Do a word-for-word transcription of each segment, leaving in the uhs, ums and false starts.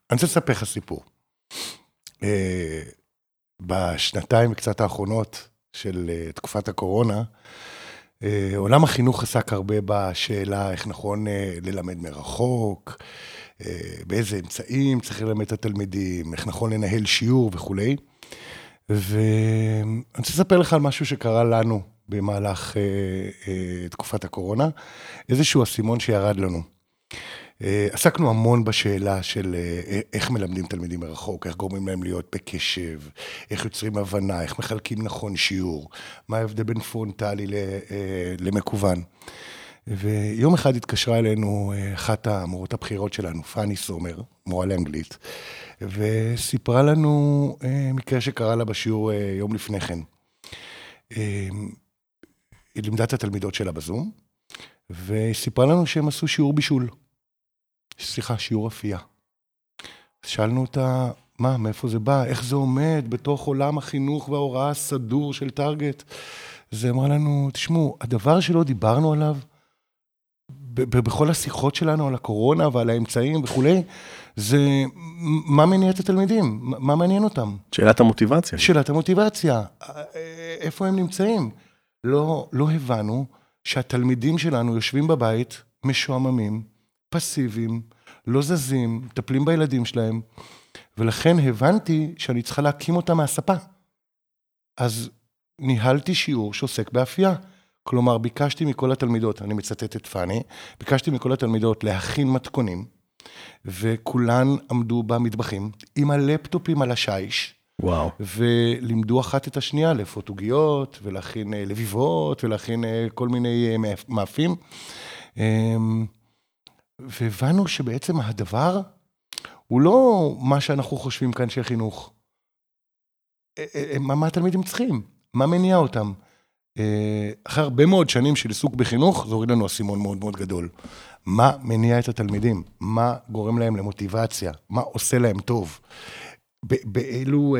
אני רוצה לספר לך סיפור. בשנתיים וקצת האחרונות של תקופת הקורונה, עולם החינוך עסק הרבה בשאלה איך נכון ללמד מרחוק, באיזה אמצעים צריך ללמד את התלמידים, איך נכון לנהל שיעור וכו'. ואני רוצה לספר לך על משהו שקרה לנו במהלך תקופת הקורונה, איזשהו אסימון שירד לנו. עסקנו המון בשאלה של איך מלמדים תלמידים מרחוק, איך גורמים להם להיות בקשב, איך יוצרים הבנה, איך מחלקים נכון שיעור, מה ההבדל בין פרונטלי למקוון. ויום אחד התקשרה אלינו אחת המורות הבכירות שלנו, פני סומר, מורה לאנגלית, וסיפרה לנו מקרה שקרה לה בשיעור יום לפני כן. היא לימדה את התלמידות שלה בזום, וסיפרה לנו שהם עשו שיעור בישול. סליחה, שיעור אפייה. שאלנו אותה, מה, מאיפה זה בא? איך זה עומד בתוך עולם החינוך וההוראה הסדור של טארגט? זה אמרה לנו, תשמעו, הדבר שלא דיברנו עליו, בכל השיחות שלנו על הקורונה ועל האמצעים וכו', זה מה מניע את התלמידים? מה מעניין אותם? שאלת המוטיבציה. שאלת המוטיבציה. איפה הם נמצאים? לא, לא הבנו שהתלמידים שלנו יושבים בבית, משועממים, פסיביים, לא זזים, מטפלים בילדים שלהם, ולכן הבנתי שאני צריכה להקים אותם מהספה. אז ניהלתי שיעור שעוסק באפייה. כלומר, ביקשתי מכל התלמידות, אני מצטט את פני, ביקשתי מכל התלמידות להכין מתכונים, וכולן עמדו במטבחים, עם הלפטופים על השיש, וואו. ולימדו אחת את השנייה, לפות עוגיות, ולהכין לביבות, ולהכין כל מיני מאפים. והבנו שבעצם הדבר, הוא לא מה שאנחנו חושבים כאן של חינוך. מה, מה התלמידים צריכים? מה מניע אותם? אחרי הרבה מאוד שנים של עיסוק בחינוך, זה הוריד לנו אסימון מאוד מאוד גדול. מה מניע את התלמידים? מה גורם להם למוטיבציה? מה עושה להם טוב? באילו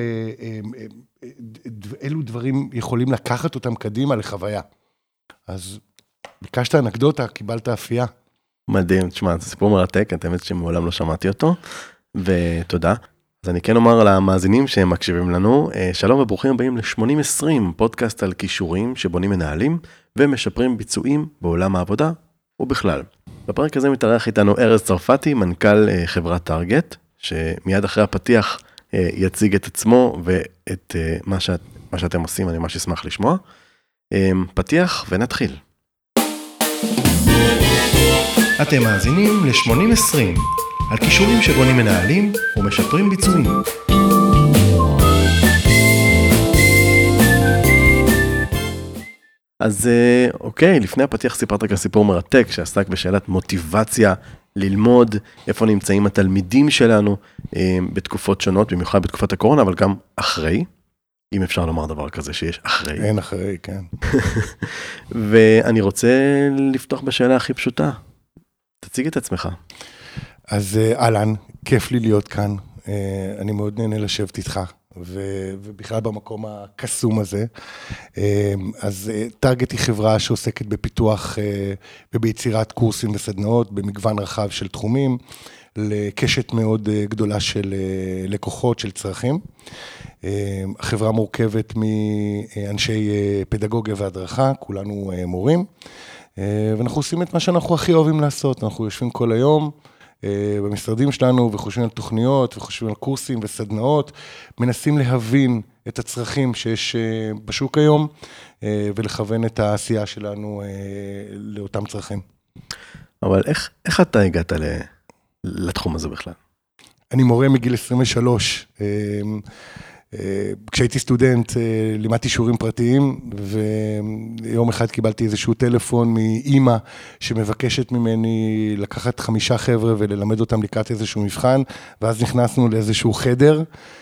אילו דברים יכולים לקחת אותם קדימה לחוויה? אז ביקשת אנקדוטה, קיבלת אפייה. מדהים, תשמע, זה סיפור מרתק, את האמת שמעולם לא שמעתי אותו, ותודה. אז אני כן אומר למאזינים שהם מקשיבים לנו, שלום וברוכים הבאים ל-שמונים עשרים, פודקאסט על כישורים שבונים מנהלים ומשפרים ביצועים בעולם העבודה ובכלל. בפרק הזה מתארח איתנו ארז צרפתי, מנכ"ל חברת טארגט, שמיד אחרי הפתיח יציג את עצמו ואת מה, שאת, מה שאתם עושים, אני ממש אשמח לשמוע. פתיח ונתחיל. אתם מאזינים ל-שמונים עשרים, על כישורים שבונים מנהלים ומשפרים ביצועים. אז אוקיי, לפני הפתיח סיפרת כאן סיפור מרתק שעסק בשאלת מוטיבציה ללמוד, איפה נמצאים התלמידים שלנו בתקופות שונות, במיוחד בתקופת הקורונה, אבל גם אחרי, אם אפשר לומר דבר כזה שיש אחרי. אין אחרי, כן. ואני רוצה לפתוח בשאלה הכי פשוטה. תציג את עצמך. אז אלן, כיף לי להיות כאן, אני מאוד נהנה לשבת איתך, ובכלל במקום הקסום הזה. אז טארגט היא חברה שעוסקת בפיתוח וביצירת קורסים וסדנאות, במגוון רחב של תחומים, לקשת מאוד גדולה של לקוחות, של צרכים. החברה מורכבת מאנשי פדגוגיה והדרכה, כולנו מורים, ואנחנו עושים את מה שאנחנו הכי אוהבים לעשות, אנחנו יושבים כל היום, במשרדים שלנו וחושבים על תוכניות וחושבים על קורסים וסדנאות, מנסים להבין את הצרכים שיש בשוק היום ולכוון את העשייה שלנו לאותם צרכים. אבל איך, איך אתה הגעת לתחום הזה בכלל? אני מורה מגיל עשרים ושלוש. כשהייתי סטודנט לימדתי שיעורים פרטיים, ויום אחד קיבלתי איזשהו טלפון מאמא שמבקשת ממני לקחת חמישה חבר'ה וללמד אותם לקראת איזשהו מבחן, ואז נכנסנו לאיזשהו חדר,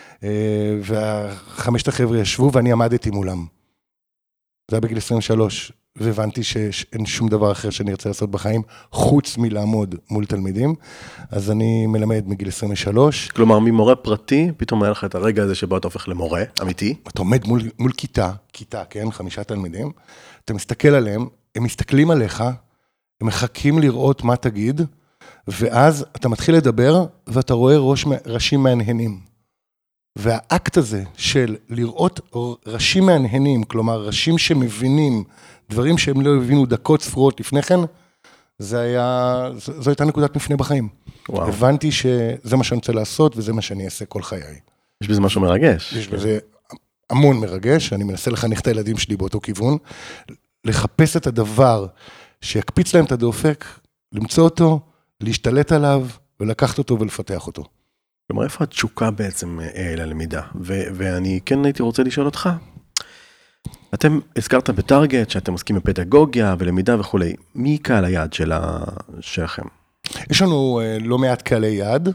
והחמשת החבר'ה ישבו ואני עמדתי מולם. זה היה בגיל עשרים ושלוש, והבנתי שאין שום דבר אחר שאני רוצה לעשות בחיים, חוץ מלעמוד מול תלמידים, אז אני מלמד מגיל עשרים ושלוש. כלומר, ממורה פרטי, פתאום היה לך את הרגע הזה שבו אתה הופך למורה, אמיתי? אתה עומד מול, מול כיתה, כיתה, כן, חמישה תלמידים, אתה מסתכל עליהם, הם מסתכלים עליך, הם מחכים לראות מה תגיד, ואז אתה מתחיל לדבר, ואתה רואה ראש, ראשים מהנהנים. והאקט הזה של לראות ראשים מהנהנים, כלומר, ראשים שמבינים דברים שהם לא הבינו דקות ספורות לפני כן, זה היה, זו הייתה נקודת מפנה בחיים. וואו. הבנתי שזה מה שאני רוצה לעשות, וזה מה שאני אעשה כל חיי. יש בזה משהו מרגש. יש בזה המון מרגש, אני מנסה לחנך את הילדים שלי באותו כיוון, לחפש את הדבר שיקפיץ להם את הדופק, למצוא אותו, להשתלט עליו, ולקחת אותו ולפתח אותו. כלומר, איפה התשוקה בעצם ללמידה? ו- ואני כן הייתי רוצה לשאול אותך, אתם הזכרת בטארגט שאתם עוסקים בפדגוגיה ולמידה וכו'. מי קהל היעד שלכם? יש לנו לא מעט קהלי יעד.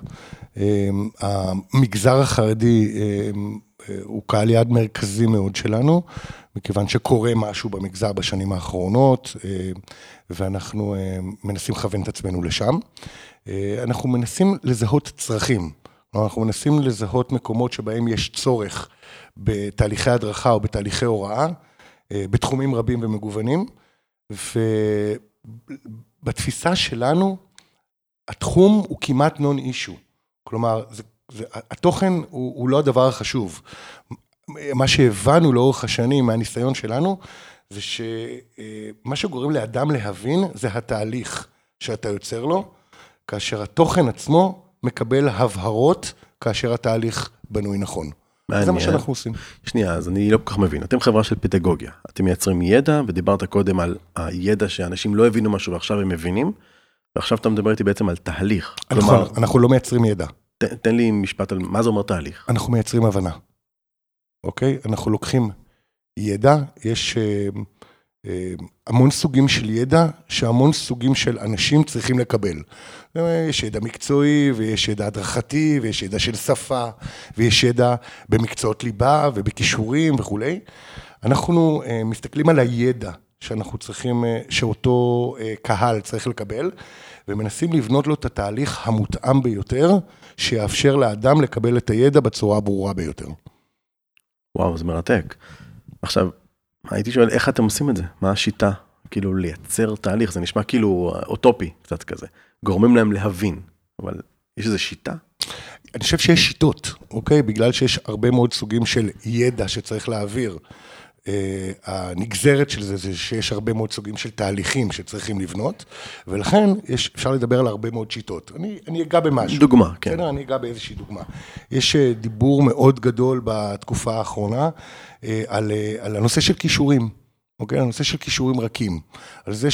המגזר החרדי הוא קהל יעד מרכזי מאוד שלנו, מכיוון שקורה משהו במגזר בשנים האחרונות, ואנחנו מנסים לכוון את עצמנו לשם. אנחנו מנסים לזהות צרכים. אנחנו מנסים לזהות מקומות שבהם יש צורך בתהליכי הדרכה או בתהליכי הוראה, בתחומים רבים ומגוונים, ובתפיסה שלנו, התחום הוא כמעט נון אישו. כלומר, זה, זה, התוכן הוא, הוא לא הדבר החשוב. מה שהבנו לאורך השנים מהניסיון שלנו, זה שמה שגורם לאדם להבין, זה התהליך שאתה יוצר לו, כאשר התוכן עצמו מקבל הבהרות, כאשר התהליך בנוי נכון. מעניין. זה מה שאנחנו עושים. שנייה, אז אני לא כל כך מבין. אתם חברה של פדגוגיה. אתם מייצרים ידע, ודיברת קודם על הידע שאנשים לא הבינו משהו, ועכשיו הם מבינים, ועכשיו אתה מדבר איתי בעצם על תהליך. אנחנו, כלומר, אנחנו לא מייצרים ידע. ת, תן לי משפט על מה זה אומר תהליך. אנחנו מייצרים הבנה. אוקיי? אנחנו לוקחים ידע, יש אה, אה, המון סוגים של ידע, שהמון סוגים של אנשים צריכים לקבל. יש ידע מקצועי, ויש ידע הדרכתי, ויש ידע של שפה, ויש ידע במקצועות ליבה, ובכישורים וכו'. אנחנו אה, מסתכלים על הידע שאנחנו צריכים, אה, שאותו אה, קהל צריך לקבל, ומנסים לבנות לו את התהליך המותאם ביותר, שיאפשר לאדם לקבל את הידע בצורה הברורה ביותר. וואו, זה מרתק. עכשיו, הייתי שואל, איך אתם עושים את זה? מה השיטה? כאילו, לייצר תהליך, זה נשמע כאילו אוטופי, קצת כזה. גורמים להם להבין, אבל יש איזו שיטה? אני חושב שיש שיטות, אוקיי? בגלל שיש הרבה מאוד סוגים של ידע שצריך להעביר. אה, הנגזרת של זה, זה שיש הרבה מאוד סוגים של תהליכים שצריכים לבנות, ולכן יש, אפשר לדבר על הרבה מאוד שיטות. אני, אני אגע במשהו. דוגמה, כן. בסדר, אני אגע באיזושהי דוגמה. יש דיבור מאוד גדול בתקופה האחרונה, אה, על, על הנושא של כישורים. אוקיי? הנושא של כישורים רכים. על זה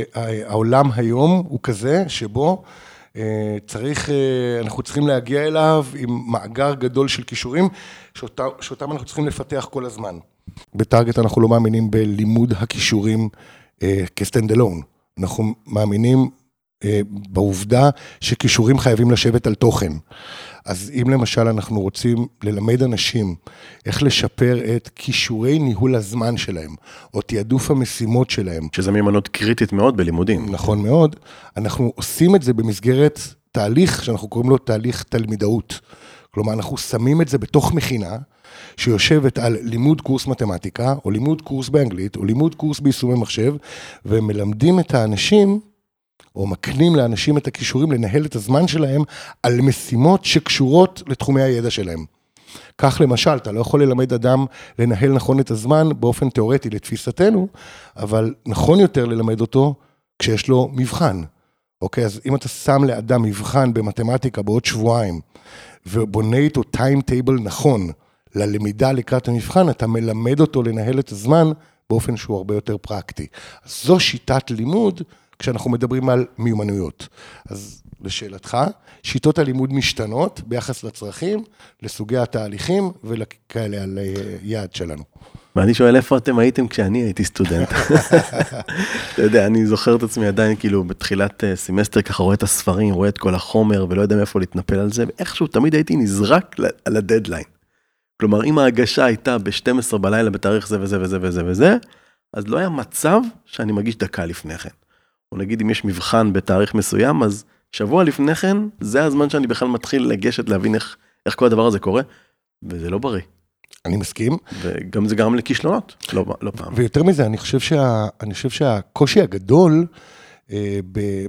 שהעולם היום הוא כזה שבו אה, צריך, אה, אנחנו צריכים להגיע אליו עם מאגר גדול של כישורים, שאותם, שאותם אנחנו צריכים לפתח כל הזמן. בטארגט אנחנו לא מאמינים בלימוד הכישורים אה, כסטנד אלון. אנחנו מאמינים אה, בעובדה שכישורים חייבים לשבת על תוכן. אז אם למשל אנחנו רוצים ללמד אנשים איך לשפר את כישורי ניהול הזמן שלהם, או תיעדוף המשימות שלהם. שזה מיומנות קריטית מאוד בלימודים. נכון מאוד. אנחנו עושים את זה במסגרת תהליך שאנחנו קוראים לו תהליך תלמידאות. כלומר, אנחנו שמים את זה בתוך מכינה, שיושבת על לימוד קורס מתמטיקה, או לימוד קורס באנגלית, או לימוד קורס ביישומי מחשב, ומלמדים את האנשים, או מקנים לאנשים את הכישורים לנהל את הזמן שלהם על משימות שקשורות לתחומי הידע שלהם. כך למשל, אתה לא יכול ללמד אדם לנהל נכון את הזמן באופן תיאורטי לתפיסתנו, אבל נכון יותר ללמד אותו כשיש לו מבחן. אוקיי, אז אם אתה שם לאדם מבחן במתמטיקה בעוד שבועיים, ובונה איתו טיימטייבל נכון ללמידה לקראת המבחן, אתה מלמד אותו לנהל את הזמן באופן שהוא הרבה יותר פרקטי. אז זו שיטת לימוד כשאנחנו מדברים על מיומנויות. אז לשאלתך, שיטות הלימוד משתנות ביחס לצרכים, לסוגי התהליכים ולכאלה על יעד שלנו. ואני שואל איפה אתם הייתם כשאני הייתי סטודנט. אתה יודע, אני זוכר את עצמי עדיין כאילו בתחילת סמסטר, ככה רואה את הספרים, רואה את כל החומר ולא יודע מאיפה להתנפל על זה, ואיכשהו תמיד הייתי נזרק על הדדליין. כלומר, אם ההגשה הייתה ב-שתים עשרה בלילה בתאריך זה וזה וזה וזה וזה, אז לא היה מצב שאני מגיש דקה לפני כן. או נגיד אם יש מבחן בתאריך מסוים, אז שבוע לפני כן, זה הזמן שאני בכלל מתחיל לגשת להבין איך, איך כל הדבר הזה קורה, וזה לא בריא. אני מסכים. וגם זה גרם לכישלונות, לא, לא פעם. ויותר מזה, אני חושב, שה, אני חושב שהקושי הגדול אה, ב,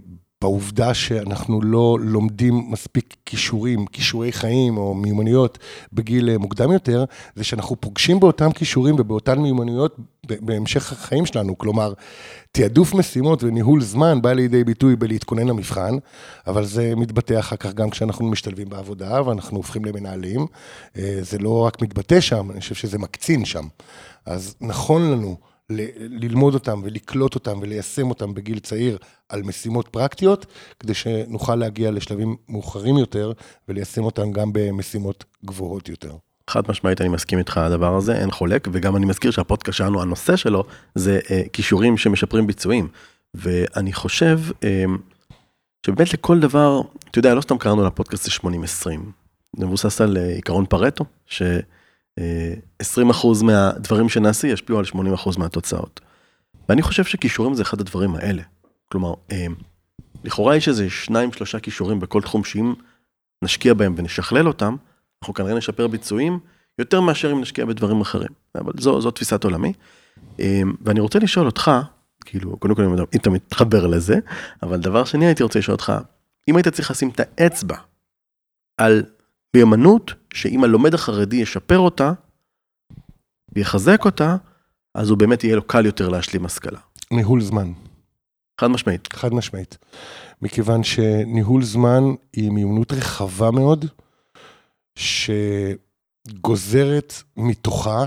בעובדה שאנחנו לא לומדים מספיק כישורים, כישורי חיים או מיומנויות בגיל מוקדם יותר, זה שאנחנו פוגשים באותם כישורים ובאותן מיומנויות בהמשך החיים שלנו, כלומר, תיעדוף משימות וניהול זמן בא לידי ביטוי בלהתכונן למבחן, אבל זה מתבטא אחר כך גם כשאנחנו משתלבים בעבודה ואנחנו הופכים למנהלים, זה לא רק מתבטא שם, אני חושב שזה מקצין שם, אז נכון לנו ללמוד אותם ולקלוט אותם וליישם אותם בגיל צעיר על משימות פרקטיות, כדי שנוכל להגיע לשלבים מאוחרים יותר וליישם אותם גם במשימות גבוהות יותר. חד משמעית, אני מסכים איתך על הדבר הזה, אין חולק, וגם אני מזכיר שהפודקאסט שלנו, הנושא שלו, זה אה, כישורים שמשפרים ביצועים, ואני חושב אה, שבאמת לכל דבר, אתה יודע, לא סתם קראנו לפודקאסט שמונים עשרים, זה מבוסס על אה, עיקרון פרטו, ש-עשרים אחוז מהדברים שנעשי ישפיעו על שמונים אחוז מהתוצאות. ואני חושב שכישורים זה אחד הדברים האלה. כלומר, אה, לכאורה יש איזה שניים, שלושה כישורים בכל תחום שאם נשקיע בהם ונשכלל אותם, אנחנו כנראה נשפר ביצועים יותר מאשר אם נשקיע בדברים אחרים. אבל זו, זו תפיסת עולמי. ואני רוצה לשאול אותך, כאילו, קודם כל אם אתה מתחבר לזה, אבל דבר שני הייתי רוצה לשאול אותך, אם היית צריך לשים את האצבע על מיומנות, שאם הלומד החרדי ישפר אותה, ויחזק אותה, אז הוא באמת יהיה לו קל יותר להשלים השכלה. ניהול זמן. חד משמעית. חד משמעית. מכיוון שניהול זמן היא מיומנות רחבה מאוד, שגוזרת מתוכה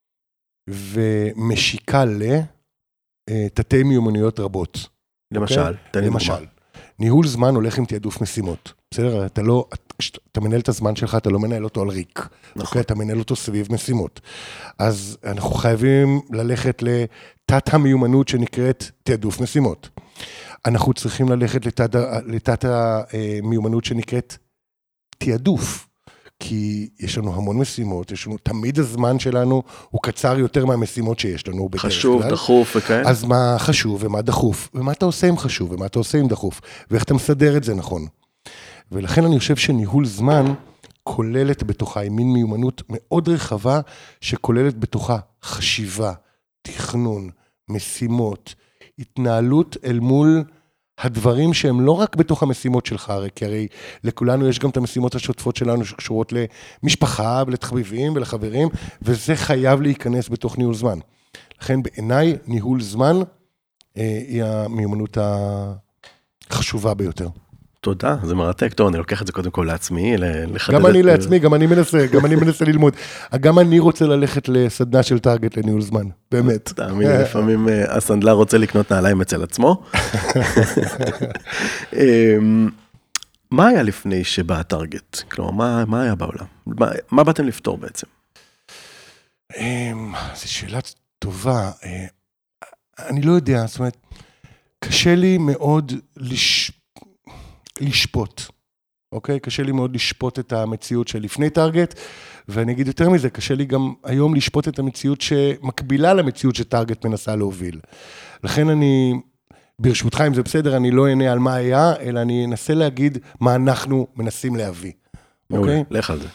ומשיקה לתתי מיומנויות רבות. למשל, okay? למשל, ניהול זמן הולך עם תיעדוף משימות. בסדר? אתה לא, אתה מנהל את הזמן שלך, אתה לא מנהל אותו על ריק. נכון. Okay? אתה מנהל אותו סביב משימות. אז אנחנו חייבים ללכת לתת המיומנות שנקראת תיעדוף משימות. אנחנו צריכים ללכת לתת, לתת המיומנות שנקראת תיעדוף. כי יש לנו המון משימות, יש לנו, תמיד הזמן שלנו הוא קצר יותר מהמשימות שיש לנו. חשוב, כלל. דחוף וכאלה. אז מה חשוב ומה דחוף, ומה אתה עושה עם חשוב, ומה אתה עושה עם דחוף, ואיך אתה מסדר את זה נכון. ולכן אני חושב שניהול זמן כוללת בתוכה, היא מין מיומנות מאוד רחבה, שכוללת בתוכה חשיבה, תכנון, משימות, התנהלות אל מול הדברים שהם לא רק בתוך המשימות שלך, כי הרי לכולנו יש גם את המשימות השוטפות שלנו שקשורות למשפחה ולתחביבים ולחברים, וזה חייב להיכנס בתוך ניהול זמן. לכן בעיניי ניהול זמן אה, היא המיומנות החשובה ביותר. תודה, זה מרתק. טוב, אני לוקח את זה קודם כל לעצמי, לחדד. גם אני לעצמי, גם אני מנסה, גם אני מנסה ללמוד. גם אני רוצה ללכת לסדנה של טארגט לניהול זמן, באמת. תאמין, לפעמים הסנדלר רוצה לקנות נעליים אצל עצמו. מה היה לפני שבא הטארגט? כלומר, מה היה בעולם? מה באתם לפתור בעצם? זו שאלה טובה. אני לא יודע, זאת אומרת, קשה לי מאוד לש... לשפוט, אוקיי? קשה לי מאוד לשפוט את המציאות של לפני טארגט, ואני אגיד יותר מזה, קשה לי גם היום לשפוט את המציאות שמקבילה למציאות שטארגט מנסה להוביל. לכן אני, ברשותך, אם זה בסדר, אני לא אענה על מה היה, אלא אני אנסה להגיד מה אנחנו מנסים להביא. אוקיי? לך על זה.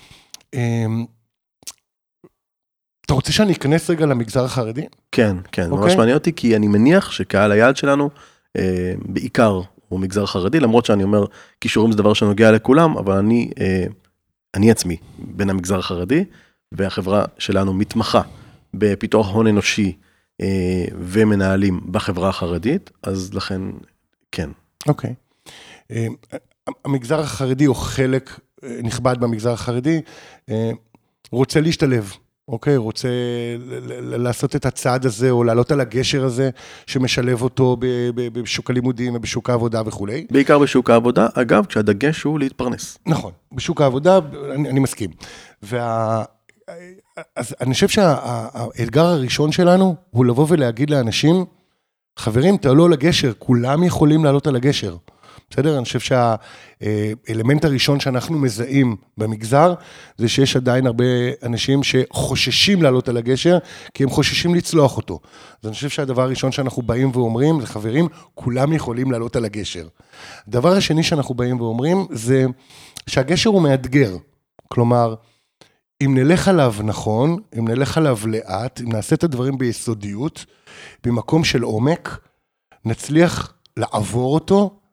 אתה רוצה שאני אכנס רגע למגזר החרדי? כן, כן, ממש מעניין אותי, כי אני מניח שקהל היעד שלנו, בעיקר, הוא מגזר חרדי, למרות שאני אומר, כישורים זה דבר שנוגע לכולם, אבל אני, אני עצמי, בין המגזר החרדי, והחברה שלנו מתמחה בפיתוח הון אנושי, ומנהלים בחברה החרדית, אז לכן, כן. אוקיי. המגזר החרדי, או חלק נכבד במגזר החרדי, רוצה להשתלב. אוקיי, רוצה לעשות את הצעד הזה, או לעלות על הגשר הזה, שמשלב אותו בשוק הלימודים ובשוק העבודה וכו'. בעיקר בשוק העבודה, אגב, כשהדגש הוא להתפרנס. נכון, בשוק העבודה, אני, אני מסכים. וה... אז אני חושב שהאתגר הראשון שלנו, הוא לבוא ולהגיד לאנשים, חברים, תעלו על הגשר, כולם יכולים לעלות על הגשר. בסדר? אני חושב שהאלמנט הראשון שאנחנו מזהים במגזר, זה שיש עדיין הרבה אנשים שחוששים לעלות על הגשר, כי הם חוששים לצלוח אותו. אז אני חושב שהדבר הראשון שאנחנו באים ואומרים, זה חברים, כולם יכולים לעלות על הגשר. הדבר השני שאנחנו באים ואומרים, זה שהגשר הוא מאתגר. כלומר, אם נלך עליו נכון, אם נלך עליו לאט, אם נעשה את הדברים ביסודיות, במקום של עומק, נצליח לעבור אותו,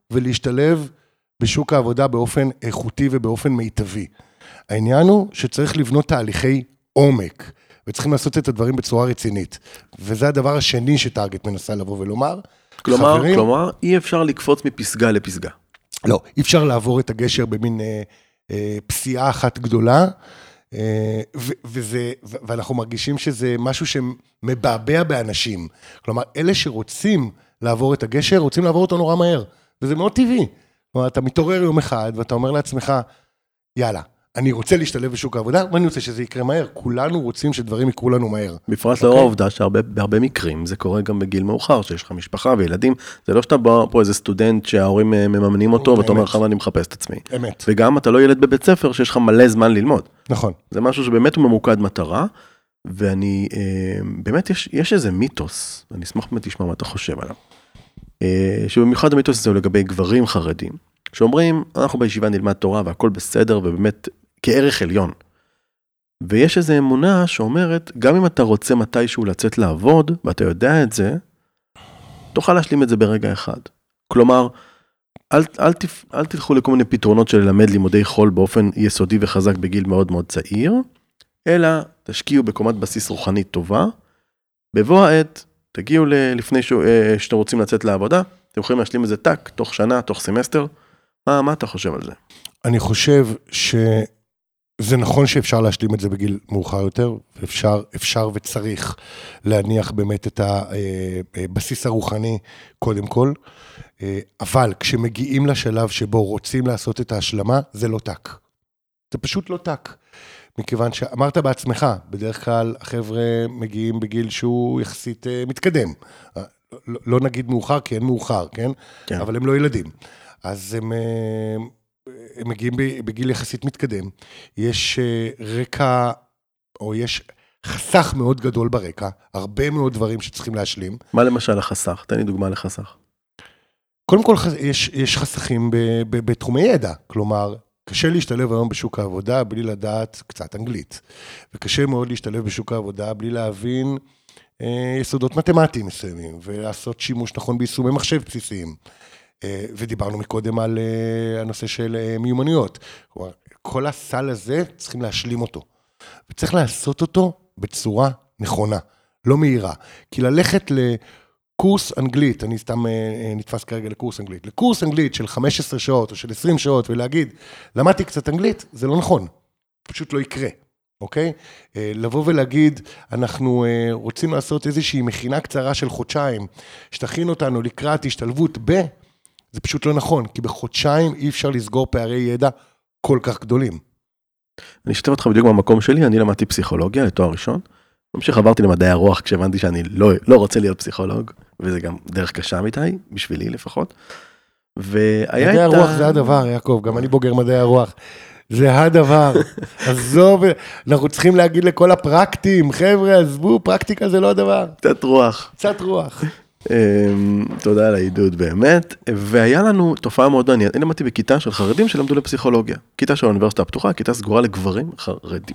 ולהשתלב בשוק העבודה באופן איכותי ובאופן מיטבי. העניין הוא שצריך לבנות תהליכי עומק, וצריכים לעשות את הדברים בצורה רצינית. וזה הדבר השני שטארגט מנסה לבוא ולומר. כלומר, חברים, כלומר, אי אפשר לקפוץ מפסגה לפסגה. לא, אי אפשר לעבור את הגשר במין אה, אה, פסיעה אחת גדולה, אה, ו- וזה, ו- ואנחנו מרגישים שזה משהו שמבעבע באנשים. כלומר, אלה שרוצים לעבור את הגשר, רוצים לעבור אותו נורא מהר. וזה מאוד טבעי. כלומר, אתה מתעורר יום אחד, ואתה אומר לעצמך, יאללה, אני רוצה להשתלב בשוק העבודה, ואני רוצה שזה יקרה מהר. כולנו רוצים שדברים יקרו לנו מהר. בפרט לאור העובדה שבהרבה מקרים זה קורה גם בגיל מאוחר, שיש לך משפחה וילדים. זה לא שאתה בא פה איזה סטודנט שההורים מממנים אותו, ואתה אומר לך, אני מחפש את עצמי. אמת. וגם אתה לא ילד בבית ספר שיש לך מלא זמן ללמוד. נכון. זה משהו שבאמת הוא ממוקד מטרה, ואני, באמת יש, יש איזה מיתוס, אני אשמח באמת לשמוע מה אתה חושב עליו. שבמיוחד המיתוס הזה הוא לגבי גברים חרדים, שאומרים, אנחנו בישיבה נלמד תורה והכל בסדר, ובאמת כערך עליון. ויש איזו אמונה שאומרת, גם אם אתה רוצה מתישהו לצאת לעבוד, ואתה יודע את זה, תוכל להשלים את זה ברגע אחד. כלומר, אל, אל, תפ, אל תלכו לכל מיני פתרונות של ללמד לימודי חול באופן יסודי וחזק בגיל מאוד מאוד צעיר, אלא תשקיעו בקומת בסיס רוחנית טובה, בבוא העת, תגיעו לפני ש... שאתם רוצים לצאת לעבודה, אתם יכולים להשלים איזה טק, תוך שנה, תוך סמסטר, מה, מה אתה חושב על זה? אני חושב שזה נכון שאפשר להשלים את זה בגיל מאוחר יותר, ואפשר, אפשר וצריך להניח באמת את הבסיס הרוחני קודם כל, אבל כשמגיעים לשלב שבו רוצים לעשות את ההשלמה, זה לא טק. זה פשוט לא טק. מכיוון שאמרת בעצמך, בדרך כלל החבר'ה מגיעים בגיל שהוא יחסית מתקדם. לא, לא נגיד מאוחר, כי אין מאוחר, כן? כן. אבל הם לא ילדים. אז הם, הם מגיעים בגיל יחסית מתקדם. יש רקע, או יש חסך מאוד גדול ברקע, הרבה מאוד דברים שצריכים להשלים. מה למשל החסך? תן לי דוגמה לחסך. קודם כל, יש, יש חסכים ב, ב, בתחומי ידע, כלומר, קשה להשתלב היום בשוק העבודה בלי לדעת קצת אנגלית, וקשה מאוד להשתלב בשוק העבודה בלי להבין אה, יסודות מתמטיים מסוימים, ולעשות שימוש נכון ביישומי מחשב בסיסיים. אה, ודיברנו מקודם על אה, הנושא של אה, מיומנויות. כלומר, כל הסל הזה צריכים להשלים אותו, וצריך לעשות אותו בצורה נכונה, לא מהירה. כי ללכת לקורס אנגלית, אני סתם נתפס כרגע לקורס אנגלית, לקורס אנגלית של חמש עשרה שעות או של עשרים שעות, ולהגיד, למדתי קצת אנגלית, זה לא נכון. פשוט לא יקרה, אוקיי? לבוא ולהגיד, אנחנו רוצים לעשות איזושהי מכינה קצרה של חודשיים, שתכין אותנו לקראת השתלבות ב, זה פשוט לא נכון, כי בחודשיים אי אפשר לסגור פערי ידע כל כך גדולים. אני אשתף אותך בדיוק במקום שלי, אני למדתי פסיכולוגיה לתואר ראשון, ממשיך עברתי למדעי הרוח כשהבנתי שאני לא, לא רוצה להיות פסיכולוג, וזה גם דרך קשה מדי, בשבילי לפחות. מדעי הרוח זה הדבר, יעקב, גם אני בוגר מדעי הרוח. זה הדבר. עזוב, אנחנו צריכים להגיד לכל הפרקטים, חבר'ה, עזבו, פרקטיקה זה לא הדבר. קצת רוח. קצת רוח. תודה על העידוד באמת, והיה לנו תופעה מאוד מעניינת, אני למדתי בכיתה של חרדים שלמדו לפסיכולוגיה, כיתה של האוניברסיטה הפתוחה, כיתה סגורה לגברים חרדים.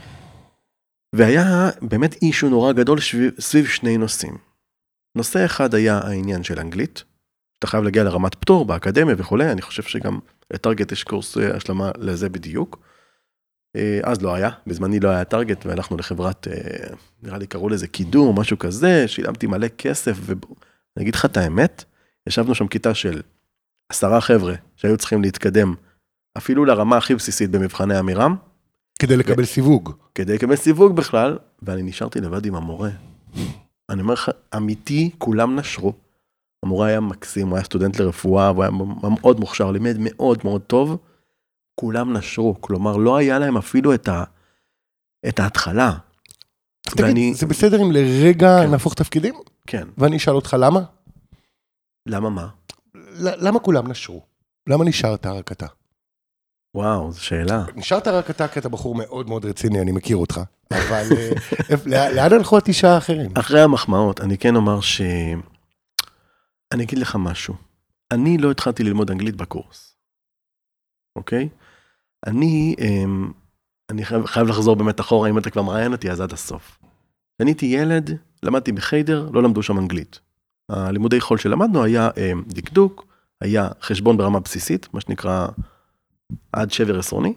והיה באמת אישו נורא גדול סביב שני נושאים. נושא אחד היה העניין של אנגלית, אתה חייב להגיע לרמת פטור באקדמיה וכו', אני חושב שגם לטארגט יש קורס השלמה לזה בדיוק. אז לא היה, בזמני לא היה טארגט, והלכנו לחברת, נראה לי קראו לזה קידום, משהו כזה, שילמתי מלא כסף, ואני אגיד לך את האמת, ישבנו שם כיתה של עשרה חבר'ה, שהיו צריכים להתקדם, אפילו לרמה הכי בסיסית במבחני אמירם, כדי לקבל סיווג. כדי לקבל סיווג בכלל, ואני נשארתי לבד עם המורה. אני אומר לך, אמיתי, כולם נשרו. המורה היה מקסים, הוא היה סטודנט לרפואה, הוא היה מאוד מוכשר, לימד מאוד מאוד טוב, כולם נשרו, כלומר, לא היה להם אפילו את, ה, את ההתחלה. תגיד, ואני... זה בסדר אם לרגע כן. נהפוך תפקידים? כן. ואני אשאל אותך למה? למה מה? למה כולם נשרו? למה נשארת רק אתה? וואו, זו שאלה. נשארת רק אתה, כי אתה בחור מאוד מאוד רציני, אני מכיר אותך, אבל לאן הלכו התשעה האחרים? אחרי המחמאות, אני כן אומר ש... אני אגיד לך משהו. אני לא התחלתי ללמוד אנגלית בקורס. אוקיי? אני, אני חייב, חייב לחזור באמת אחורה, אם אתה כבר מראיין אותי, אז עד הסוף. אני הייתי ילד, למדתי בחיידר, לא למדו שם אנגלית. הלימודי חול שלמדנו היה דקדוק, היה חשבון ברמה בסיסית, מה שנקרא עד שבר עשרוני,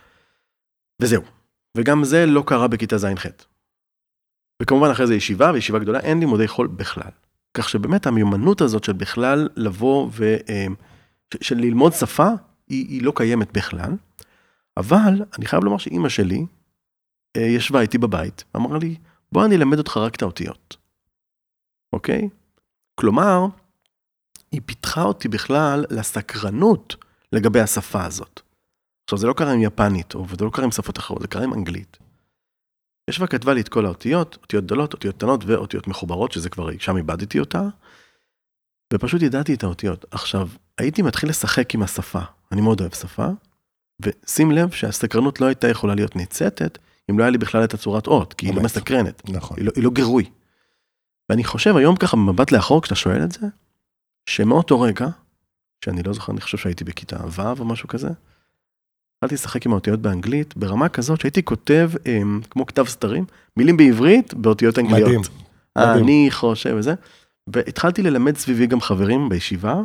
וזהו. וגם זה לא קרה בכיתה זין ח'. וכמובן אחרי זה ישיבה, וישיבה גדולה, אין לימודי חול בכלל. כך שבאמת המיומנות הזאת של בכלל לבוא ו... של ללמוד שפה, היא, היא לא קיימת בכלל, אבל אני חייב לומר שאמא שלי ישבה איתי בבית, אמרה לי, בוא אני אלמד אותך רק את האותיות. אוקיי? כלומר, היא פיתחה אותי בכלל לסקרנות לגבי השפה הזאת. עכשיו, זה לא קרה עם יפנית, או זה לא קרה עם שפות אחרות, זה קרה עם אנגלית. ישבה כתבה לי את כל האותיות, אותיות גדולות, אותיות קטנות ואותיות מחוברות, שזה כבר שם איבדתי אותה, ופשוט ידעתי את האותיות. עכשיו, הייתי מתחיל לשחק עם השפה, אני מאוד אוהב שפה, ושים לב שהסקרנות לא הייתה יכולה להיות ניצתת, אם לא היה לי בכלל את הצורת אות, כי היא לא מסקרנת, נכון. היא לא, היא לא גירוי. ואני חושב היום ככה במבט לאחור, כשאתה שואל את זה, שמאותו רגע, שאני לא זוכר, אני חושב שהייתי בכיתה ו' או משהו כזה, התחלתי לשחק עם האותיות באנגלית, ברמה כזאת שהייתי כותב, הם, כמו כתב סתרים, מילים בעברית, באותיות אנגליות. מדהים. מדהים. אני חושב וזה, והתחלתי ללמד סביבי גם חברים בישיבה,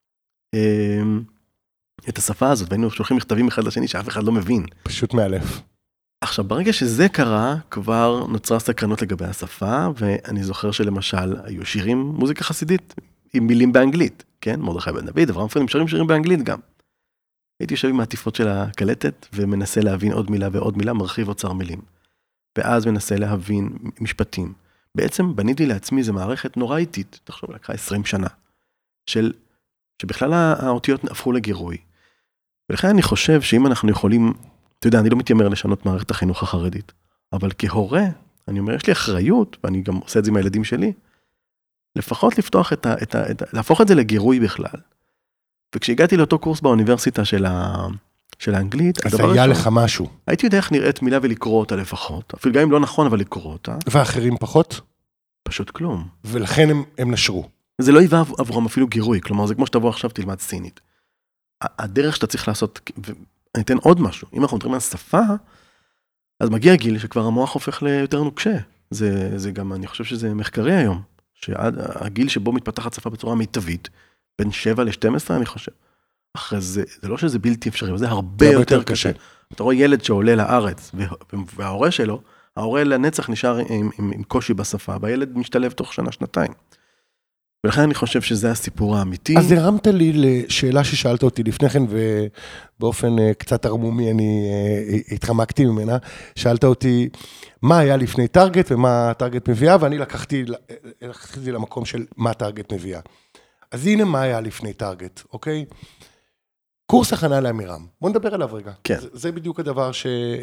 הם, את השפה הזאת, והיינו שולחים מכתבים אחד לשני שאף אחד לא מבין. פשוט מאלף. עכשיו, ברגע שזה קרה, כבר נוצרה סקרנות לגבי השפה, ואני זוכר שלמשל, היו שירים מוזיקה חסידית, עם מילים באנגלית, כן? מרדכי בן דוד, אברהם פריד, שרים שירים באנגלית גם. הייתי יושב עם העטיפות של הקלטת, ומנסה להבין עוד מילה ועוד מילה, מרחיב אוצר מילים. ואז מנסה להבין משפטים. בעצם בניתי לעצמי איזו מערכת נורא איטית, תחשוב, לקחה עשרים שנה, של, שבכלל האותיות הפכו לגירוי. ולכן אני חושב שאם אנחנו יכולים, אתה יודע, אני לא מתיימר לשנות מערכת החינוך החרדית, אבל כהורה, אני אומר, יש לי אחריות, ואני גם עושה את זה עם הילדים שלי, לפחות לפתוח את ה, את ה, את ה, להפוך את זה לגירוי בכלל. וכשהגעתי לאותו קורס באוניברסיטה של, ה, של האנגלית, אז היה לך משהו. הייתי יודע איך נראית מילה ולקרוא אותה לפחות, אפילו גם אם לא נכון, אבל לקרוא אותה. ואחרים פחות? פשוט כלום. ולכן הם, הם נשרו. זה לא היווה עבורם אפילו גירוי, כלומר, זה כמו שתבוא עכשיו תלמד סינית. הדרך שאתה צריך לעשות, ואני אתן עוד משהו, אם אנחנו מדברים על שפה, אז מגיע גיל שכבר המוח הופך ליותר נוקשה. זה, זה גם, אני חושב שזה מחקרי היום, שהגיל שבו מתפתחת שפה בצורה מיטבית, בין שבע ל-שתים עשרה, אני חושב. אחרי זה, זה לא שזה בלתי אפשרי, זה הרבה יותר קשה. אתה רואה ילד שעולה לארץ, וההורה שלו, ההורה לנצח נשאר עם, עם, עם קושי בשפה, והילד משתלב תוך שנה, שנתיים. ולכן אני חושב שזה הסיפור האמיתי. אז הרמת לי לשאלה ששאלת אותי לפני כן, ובאופן קצת הרמומי אני התחמקתי ממנה, שאלת אותי מה היה לפני טארגט ומה טארגט מביאה, ואני לקחתי, לקחתי למקום של מה טארגט מביאה. אז הנה מה היה לפני טארגט, אוקיי? קורס הכנה לאמירם. בוא נדבר עליו רגע. כן. זה, זה בדיוק הדבר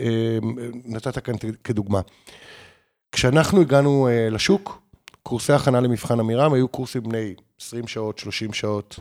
שנתת כאן כדוגמה. כשאנחנו הגענו לשוק, קורסי הכנה למבחן אמירם, היו קורסים בני עשרים שעות, שלושים שעות,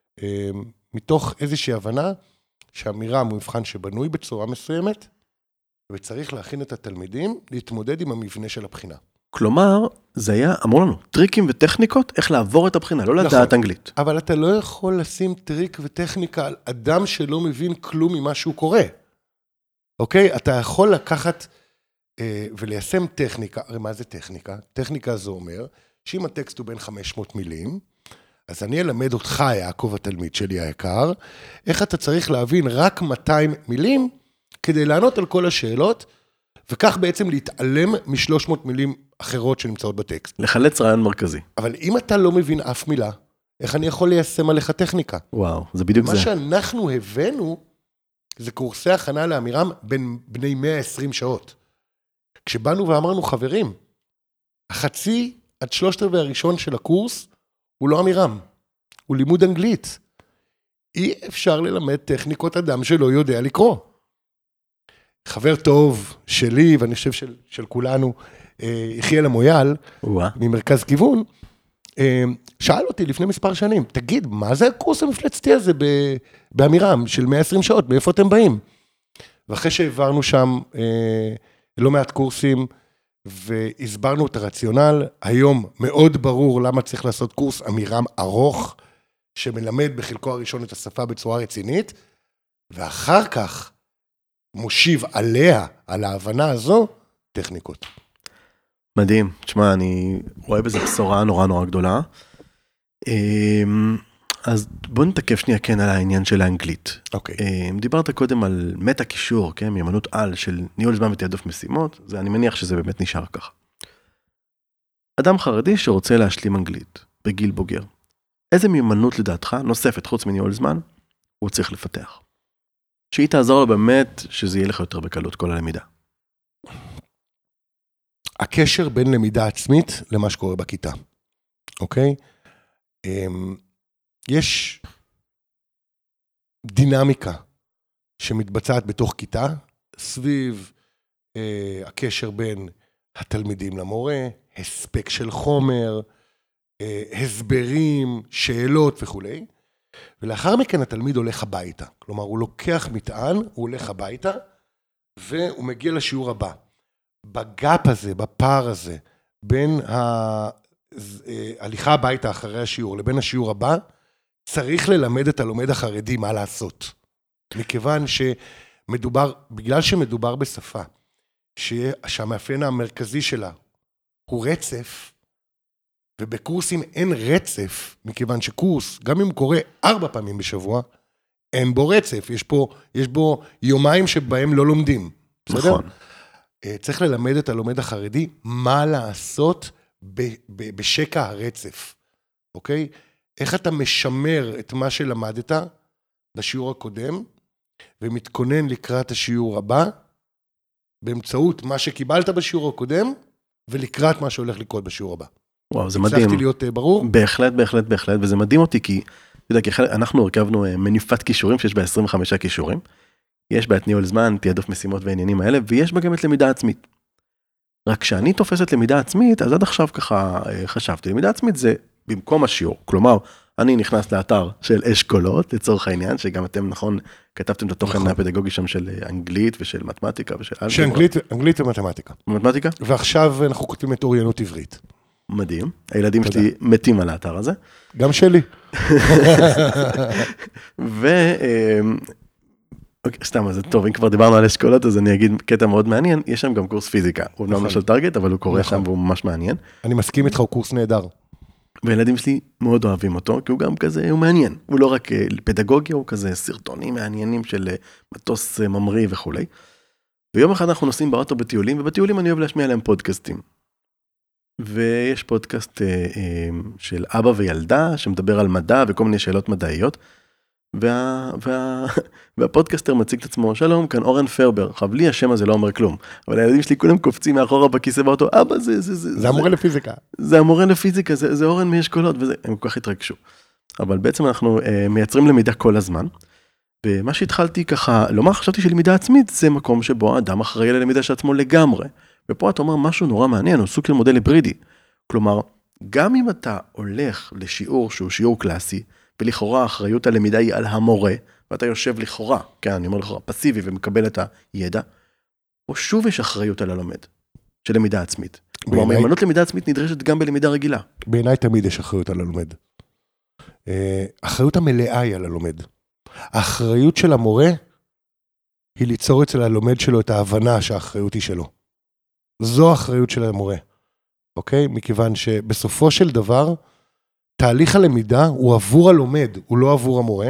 מתוך איזושהי הבנה שאמירם הוא מבחן שבנוי בצורה מסוימת, וצריך להכין את התלמידים להתמודד עם המבנה של הבחינה. כלומר, זה היה, אמרו לנו, טריקים וטכניקות, איך לעבור את הבחינה, לא לדעת נכון, אנגלית. אבל אתה לא יכול לשים טריק וטכניקה על אדם שלא מבין כלום ממה שהוא קורא. אוקיי? אתה יכול לקחת אה, וליישם טכניקה, הרי מה זה טכניקה? טכניקה זה אומר, שאם הטקסט הוא בין חמש מאות מילים, אז אני אלמד אותך, יעקב התלמיד שלי היקר, איך אתה צריך להבין רק מאתיים מילים, כדי לענות על כל השאלות, וכך בעצם להתעלם מ-שלוש מאות מילים אחרות שנמצאות בטקסט. לחלץ רעיון מרכזי. אבל אם אתה לא מבין אף מילה, איך אני יכול ליישם עליך טכניקה? וואו, זה בדיוק מה זה. מה שאנחנו הבאנו, זה קורסי הכנה לאמירם בין בני מאה ועשרים שעות. כשבאנו ואמרנו, חברים, החצי עד שלושת רבעי הראשון של הקורס, הוא לא אמירם, הוא לימוד אנגלית. אי אפשר ללמד טכניקות אדם שלא יודע לקרוא. חבר טוב שלי, ואני חושב של, של כולנו, יחיאל המויאל, ממרכז כיוון, שאל אותי לפני מספר שנים, תגיד, מה זה הקורס המפלצתי הזה באמירם של מאה ועשרים שעות, מאיפה אתם באים? ואחרי שהעברנו שם לא מעט קורסים, והסברנו את הרציונל, היום מאוד ברור למה צריך לעשות קורס אמירם ארוך, שמלמד בחלקו הראשון את השפה בצורה רצינית, ואחר כך מושיב עליה, על ההבנה הזו, טכניקות. מדהים. תשמע, אני רואה בזה בשורה נורא נורא גדולה. אז בוא נתקף שנייה כן על העניין של האנגלית. אוקיי. דיברת קודם על מטה קישור, כן, מיומנות על של ניהול זמן ותעדוף משימות, זה, אני מניח שזה באמת נשאר ככה. אדם חרדי שרוצה להשלים אנגלית בגיל בוגר, איזה מיומנות לדעתך נוספת חוץ מניהול זמן הוא צריך לפתח? שהיא תעזור לו באמת שזה יהיה לך יותר בקלות כל הלמידה. הקשר בין למידה עצמית למה שקורה בכיתה, אוקיי? יש דינמיקה שמתבצעת בתוך כיתה, סביב אה, הקשר בין התלמידים למורה, הספק של חומר, אה, הסברים, שאלות וכו'. ולאחר מכן התלמיד הולך הביתה. כלומר, הוא לוקח מטען, הוא הולך הביתה, והוא מגיע לשיעור הבא. בגאפ הזה, בפער הזה, בין ההליכה הביתה אחרי השיעור לבין השיעור הבא, צריך ללמד את הלומד החרדי מה לעשות. מכיוון שמדובר, בגלל שמדובר בשפה, שהמאפיין המרכזי שלה הוא רצף, ובקורסים אין רצף, מכיוון שקורס, גם אם קורה ארבע פעמים בשבוע, אין בו רצף, יש פה, יש בו יומיים שבהם לא לומדים. נכון. צריך ללמד את הלומד החרדי מה לעשות ב- ב- בשקע הרצף, אוקיי? איך אתה משמר את מה שלמדת בשיעור הקודם, ומתכונן לקראת השיעור הבא, באמצעות מה שקיבלת בשיעור הקודם, ולקראת מה שהולך לקרות בשיעור הבא. וואו, זה מדהים. הצלחתי להיות ברור? בהחלט, בהחלט, בהחלט, וזה מדהים אותי, כי, אתה יודע, כי אנחנו הרכבנו מניפת כישורים, שיש בה עשרים וחמישה כישורים, יש בה את ניהול זמן, תעדוף משימות והעניינים האלה, ויש בה גם את למידה עצמית. רק כשאני תופסת למידה עצמית, אז עד עכשיו ככה חשבתי, למידה עצמית זה במקום השיעור, כלומר, אני נכנס לאתר של אשכולות, לצורך העניין, שגם אתם נכון, כתבתם את התוכן נכון. הפדגוגי שם של אנגלית ושל מתמטיקה ושל אלגברה. שאנגלית, אנגלית ומתמטיקה. מתמטיקה? ועכשיו אנחנו כותבים את אוריינות עברית. מדהים, הילדים תודה. שלי מתים על האתר הזה. גם שלי. ו... אוקיי, סתם, אז טוב, אם כבר דיברנו על אשכולות, אז אני אגיד קטע מאוד מעניין, יש שם גם קורס פיזיקה, הוא אמנם לא של טארגט, אבל הוא קורא שם והוא ממש מעניין. אני מסכים איתך, הוא קורס נהדר. והילדים שלי מאוד אוהבים אותו, כי הוא גם כזה, הוא מעניין, הוא לא רק פדגוגיה, הוא כזה סרטונים מעניינים של מטוס ממריא וכו'. ויום אחד אנחנו נוסעים באוטו בטיולים, ובטיולים אני אוהב להשמיע עליהם פודקאסטים. ויש פודקאסט של אבא וילדה, שמדבר על מדע וכל מיני שאלות מדעיות, וה, וה, והפודקאסטר מציג את עצמו, שלום, כאן אורן פרבר, עכשיו לי השם הזה לא אומר כלום, אבל הילדים שלי כולם קופצים מאחורה בכיסא באוטו, אבא זה, זה, זה, זה המורה לפיזיקה. זה המורה לפיזיקה, זה, זה אורן מאשכולות, וזה, הם כל כך התרגשו. אבל בעצם אנחנו אה, מייצרים למידה כל הזמן, ומה שהתחלתי ככה, לומר, חשבתי שלמידה עצמית זה מקום שבו האדם אחראי ללמידה של עצמו לגמרי, ופה אתה אומר משהו נורא מעניין, הוא סוג של מודל היברידי, כלומר, גם אם אתה הולך לשיעור שהוא שיעור קלאסי, ולכאורה האחריות הלמידה היא על המורה, ואתה יושב לכאורה, כן, אני אומר לכאורה, פסיבי ומקבל את הידע, או שוב יש אחריות על הלומד, של למידה עצמית. כלומר, מיומנות למידה עצמית נדרשת גם בלמידה רגילה. בעיניי תמיד יש אחריות על הלומד. האחריות המלאה היא על הלומד. האחריות של המורה, היא ליצור אצל הלומד שלו את ההבנה שהאחריות היא שלו. זו האחריות של המורה. אוקיי? מכיוון שבסופו של דבר, תהליך הלמידה הוא עבור הלומד, הוא לא עבור המורה,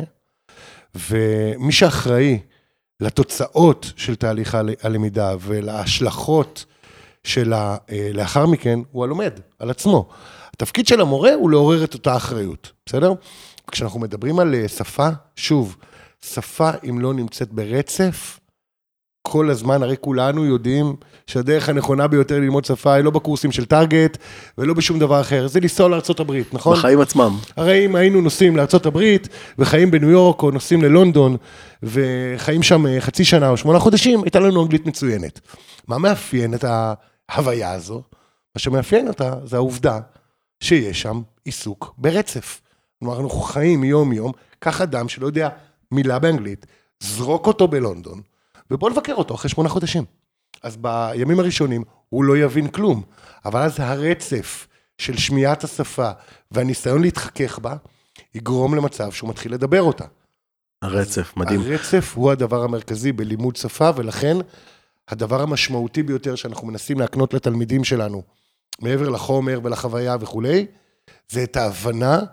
ומי שאחראי לתוצאות של תהליך הלמידה ולהשלכות שלה לאחר מכן, הוא הלומד, על עצמו. התפקיד של המורה הוא לעורר את אותה אחריות, בסדר? כשאנחנו מדברים על שפה, שוב, שפה אם לא נמצאת ברצף, כל הזמן, הרי כולנו יודעים שהדרך הנכונה ביותר ללמוד שפה היא לא בקורסים של טארגט, ולא בשום דבר אחר, זה לנסוע לארצות הברית, נכון? בחיים עצמם. הרי אם היינו נוסעים לארצות הברית, וחיים בניו יורק, או נוסעים ללונדון, וחיים שם חצי שנה או שמונה חודשים, הייתה לנו אנגלית מצוינת. מה מאפיין את ההוויה הזו? מה שמאפיין אותה, זה העובדה שיש שם עיסוק ברצף. כלומר, אנחנו חיים יום יום, כך אדם שלא יודע מילה באנגלית, זרוק אותו בלונדון, ובוא לבקר אותו אחרי שמונה חודשים. אז בימים הראשונים הוא לא יבין כלום, אבל אז הרצף של שמיעת השפה והניסיון להתחכך בה, יגרום למצב שהוא מתחיל לדבר אותה. הרצף, מדהים. הרצף הוא הדבר המרכזי בלימוד שפה, ולכן הדבר המשמעותי ביותר שאנחנו מנסים להקנות לתלמידים שלנו, מעבר לחומר ולחוויה וכו', זה את ההבנה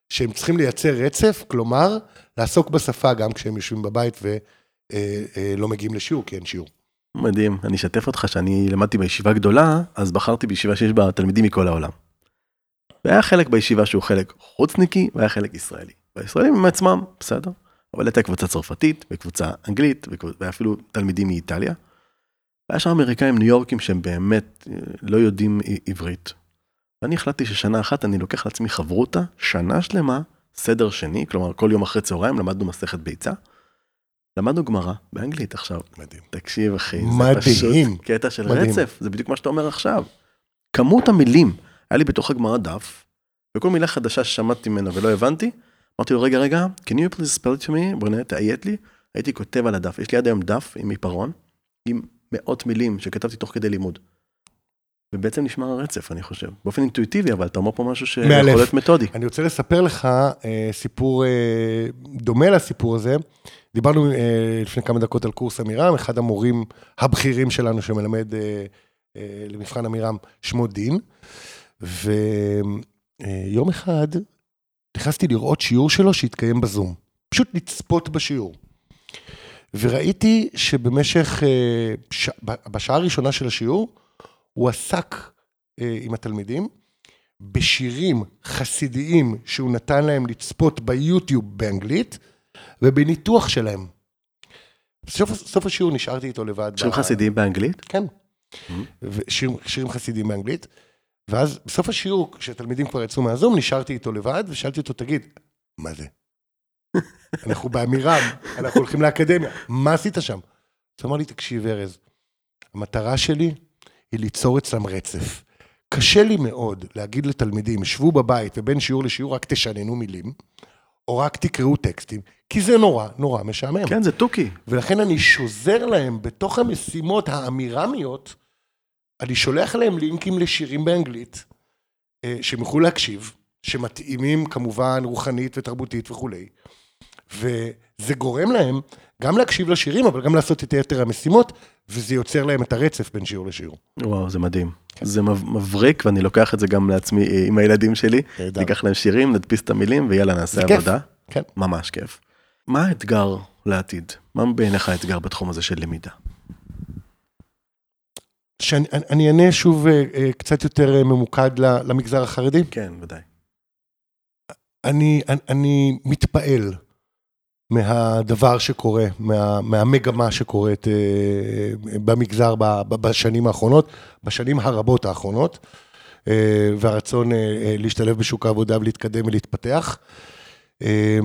שהם צריכים לייצר רצף, כלומר, לעסוק בשפה גם כשהם יושבים בבית ולא מגיעים לשיעור, כי אין שיעור. מדהים, אני אשתף אותך שאני למדתי בישיבה גדולה, אז בחרתי בישיבה שיש בה תלמידים מכל העולם. והיה חלק בישיבה שהוא חלק חוצניקי, והיה חלק ישראלי. והישראלים הם עצמם, בסדר, אבל הייתה קבוצה צרפתית, וקבוצה אנגלית, ואפילו תלמידים מאיטליה. והיה שם אמריקאים ניו יורקים שהם באמת לא יודעים עברית. ואני החלטתי ששנה אחת אני לוקח לעצמי חברותה, שנה שלמה, סדר שני, כלומר כל יום אחרי צהריים למדנו מסכת ביצה, למדנו גמרא באנגלית עכשיו. מדהים. תקשיב אחי, מדהים. זה פשוט קטע של מדהים. רצף, זה בדיוק מה שאתה אומר עכשיו. כמות המילים, היה לי בתוך הגמרא דף, וכל מילה חדשה ששמעתי ממנה ולא הבנתי, אמרתי לו רגע רגע, can you please spell it to me, בוא תעיית לי, הייתי כותב על הדף, יש לי עד היום דף עם עיפרון, עם מאות מילים שכתבתי תוך כדי לימוד. ובעצם נשמר הרצף, אני חושב. באופן אינטואיטיבי, אבל אתה אומר פה משהו שיכול להיות מתודי. אני רוצה לספר לך אה, סיפור אה, דומה לסיפור הזה. דיברנו אה, לפני כמה דקות על קורס אמירם, אחד המורים הבכירים שלנו שמלמד אה, אה, למבחן אמירם שמו דין, ויום אה, אחד נכנסתי לראות שיעור שלו שהתקיים בזום. פשוט לצפות בשיעור. וראיתי שבמשך, אה, ש... בשעה הראשונה של השיעור, הוא עסק אה, עם התלמידים, בשירים חסידיים שהוא נתן להם לצפות ביוטיוב באנגלית, ובניתוח שלהם. בסוף סוף השיעור נשארתי איתו לבד. שירים ב... חסידיים באנגלית? כן. Mm-hmm. ושירים, שירים חסידיים באנגלית. ואז בסוף השיעור, כשהתלמידים כבר יצאו מהזום, נשארתי איתו לבד, ושאלתי אותו, תגיד, מה זה? אנחנו באמירם, אנחנו הולכים לאקדמיה, מה עשית שם? אז אמר לי, תקשיב ארז, המטרה שלי היא ליצור אצלם רצף. קשה לי מאוד להגיד לתלמידים, שבו בבית ובין שיעור לשיעור רק תשננו מילים, או רק תקראו טקסטים, כי זה נורא, נורא משעמם. כן, זה טוקי. ולכן אני שוזר להם בתוך המשימות האמירמיות, אני שולח להם לינקים לשירים באנגלית, שהם יוכלו להקשיב, שמתאימים כמובן רוחנית ותרבותית וכולי, וזה גורם להם גם להקשיב לשירים, אבל גם לעשות את יתר המשימות, וזה יוצר להם את הרצף בין שיעור לשיעור. וואו, זה מדהים. כן. זה מבריק, ואני לוקח את זה גם לעצמי עם הילדים שלי. ניקח להם שירים, נדפיס את המילים, ויאללה, נעשה עבודה. כן. ממש כיף. מה האתגר לעתיד? מה בעיניך האתגר בתחום הזה של למידה? שאני, אני אענה שוב קצת יותר ממוקד למגזר החרדי. כן, ודאי. אני, אני, אני מתפעל מהדבר שקורה, מה, מהמגמה שקורית אה, במגזר ב, ב, בשנים האחרונות, בשנים הרבות האחרונות, אה, והרצון אה, להשתלב בשוק העבודה ולהתקדם ולהתפתח. אה,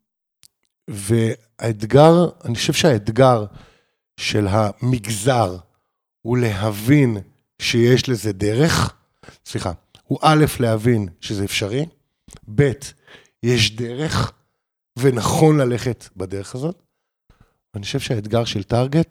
והאתגר, אני חושב שהאתגר של המגזר הוא להבין שיש לזה דרך, סליחה, הוא א' להבין שזה אפשרי, ב' יש דרך, ונכון ללכת בדרך הזאת. אני חושב שהאתגר של טארגט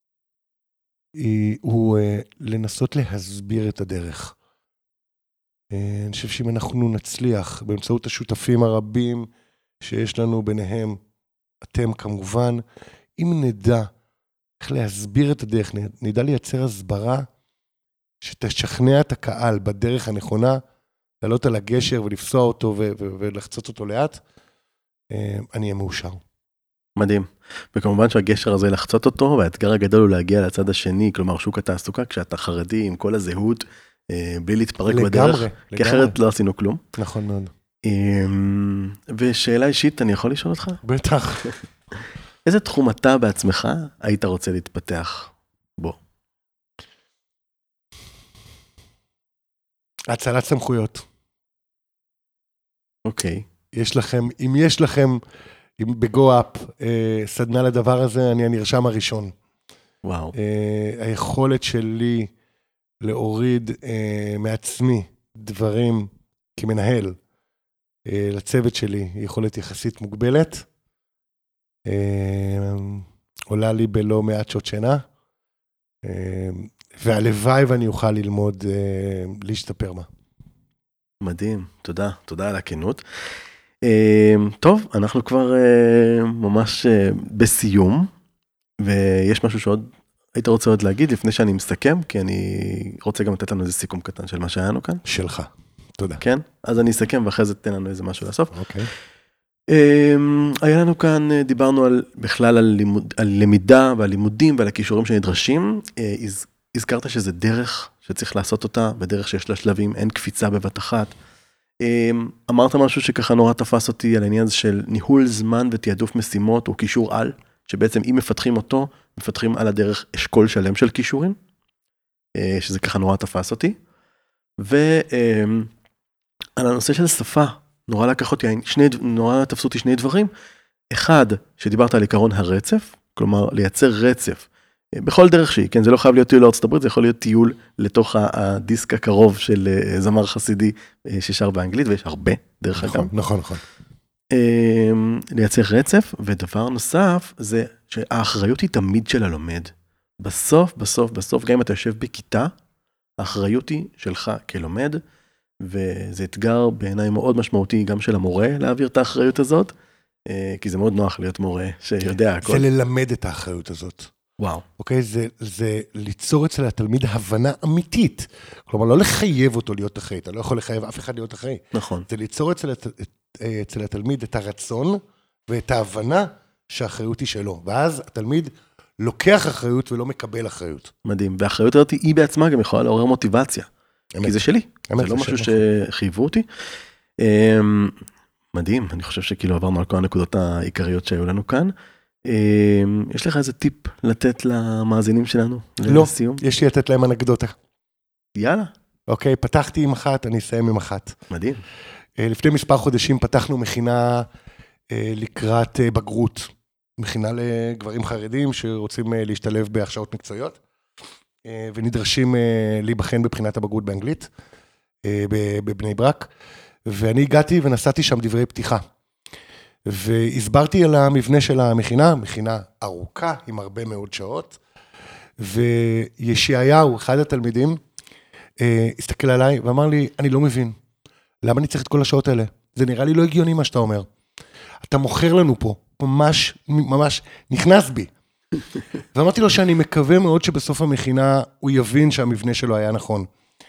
הוא לנסות להסביר את הדרך. אני חושב שאם אנחנו נצליח באמצעות השותפים הרבים שיש לנו ביניהם, אתם כמובן, אם נדע איך להסביר את הדרך, נדע לייצר הסברה שתשכנע את הקהל בדרך הנכונה, לעלות על הגשר ולפסוע אותו ולחצות אותו לאט, אני אהיה מאושר. מדהים. וכמובן שהגשר הזה לחצות אותו, והאתגר הגדול הוא להגיע לצד השני, כלומר שוק התעסוקה, כשאתה חרדי עם כל הזהות, בלי להתפרק לגמרי, בדרך, לגמרי. כי אחרת לא עשינו כלום. נכון מאוד. ושאלה אישית, אני יכול לשאול אותך? בטח. איזה תחום אתה בעצמך היית רוצה להתפתח בו? הצלת סמכויות. אוקיי. יש לכם, אם יש לכם, אם בגו-אפ, סדנה לדבר הזה, אני הנרשם הראשון. וואו. היכולת שלי להוריד מעצמי דברים כמנהל לצוות שלי, היא יכולת יחסית מוגבלת. עולה לי בלא מעט שעות שינה, והלוואי ואני אוכל ללמוד להשתפר בה. מדהים, תודה, תודה על הכנות. טוב, אנחנו כבר ממש בסיום, ויש משהו שעוד היית רוצה עוד להגיד לפני שאני מסכם, כי אני רוצה גם לתת לנו איזה סיכום קטן של מה שהיה לנו כאן. שלך. תודה. כן? אז אני אסכם ואחרי זה תן לנו איזה משהו לסוף. אוקיי. היה לנו כאן, דיברנו על, בכלל על, לימוד, על למידה ועל לימודים ועל הכישורים שנדרשים. הז, הזכרת שזה דרך שצריך לעשות אותה, בדרך שיש לה שלבים, אין קפיצה בבת אחת. אמרת משהו שככה נורא תפס אותי על העניין הזה של ניהול זמן ותיעדוף משימות, או קישור על, שבעצם אם מפתחים אותו, מפתחים על הדרך אשכול שלם של קישורים, שזה ככה נורא תפס אותי. ועל הנושא של שפה, נורא לקח אותי, שני, נורא תפסו אותי שני דברים. אחד, שדיברת על עיקרון הרצף, כלומר לייצר רצף, בכל דרך שהיא, כן, זה לא חייב להיות טיול לארצות הברית, זה יכול להיות טיול לתוך הדיסק הקרוב של זמר חסידי ששר באנגלית, ויש הרבה דרך אגב. נכון, נכון, נכון. לייצר רצף, ודבר נוסף, זה שהאחריות היא תמיד של הלומד. בסוף, בסוף, בסוף, גם אם אתה יושב בכיתה, האחריות היא שלך כלומד, וזה אתגר בעיניי מאוד משמעותי גם של המורה להעביר את האחריות הזאת, כי זה מאוד נוח להיות מורה שיודע הכל. זה ללמד את האחריות הזאת. וואו. אוקיי, זה, זה ליצור אצל התלמיד הבנה אמיתית. כלומר, לא לחייב אותו להיות אחראי, אתה לא יכול לחייב אף אחד להיות אחראי. נכון. זה ליצור אצל, אצל התלמיד את הרצון ואת ההבנה שהאחריות היא שלו. ואז התלמיד לוקח אחריות ולא מקבל אחריות. מדהים. והאחריות הזאת היא בעצמה גם יכולה לעורר מוטיבציה. אמת. כי זה שלי. אמת, זה לא משהו שחייבו אותי. מדהים. אני חושב שכאילו עברנו על כל הנקודות העיקריות שהיו לנו כאן. יש לך איזה טיפ לתת למאזינים שלנו? לא, יש לי לתת להם אנקדוטה. יאללה. אוקיי, פתחתי עם אחת, אני אסיים עם אחת. מדהים. לפני מספר חודשים פתחנו מכינה לקראת בגרות. מכינה לגברים חרדים שרוצים להשתלב בהכשרות מקצועיות, ונדרשים להיבחן בבחינת הבגרות באנגלית, בבני ברק. ואני הגעתי ונסעתי שם דברי פתיחה. והסברתי על המבנה של המכינה, מכינה ארוכה עם הרבה מאוד שעות, וישעיהו, אחד התלמידים, הסתכל עליי ואמר לי, אני לא מבין, למה אני צריך את כל השעות האלה? זה נראה לי לא הגיוני מה שאתה אומר. אתה מוכר לנו פה, ממש, ממש נכנס בי. ואמרתי לו שאני מקווה מאוד שבסוף המכינה הוא יבין שהמבנה שלו היה נכון.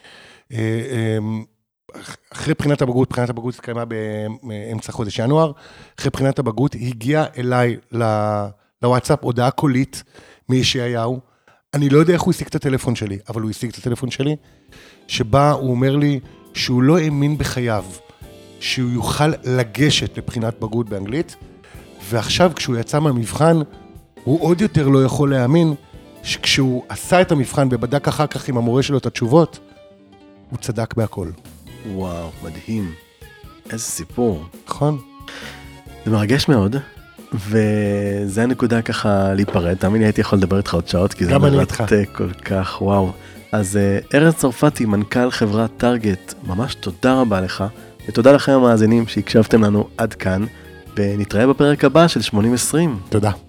אחרי בחינת הבגרות, בחינת הבגרות התקיימה באמצע חודש ינואר, אחרי בחינת הבגרות הגיעה אליי לוואטסאפ הודעה קולית מישעיהו, אני לא יודע איך הוא השיג את הטלפון שלי, אבל הוא השיג את הטלפון שלי, שבה הוא אומר לי שהוא לא האמין בחייו, שהוא יוכל לגשת לבחינת בגרות באנגלית, ועכשיו כשהוא יצא מהמבחן, הוא עוד יותר לא יכול להאמין, שכשהוא עשה את המבחן ובדק אחר כך עם המורה שלו את התשובות, הוא צדק בהכל. וואו, מדהים. איזה סיפור. נכון. זה מרגש מאוד, וזה הנקודה ככה להיפרד. תאמין לי, הייתי יכול לדבר איתך עוד שעות, כי זה מרתק כל כך, וואו. אז ארז צרפתי, מנכ"ל חברת טארגט, ממש תודה רבה לך, ותודה לכם המאזינים שהקשבתם לנו עד כאן, ונתראה בפרק הבא של שמונים עשרים. תודה.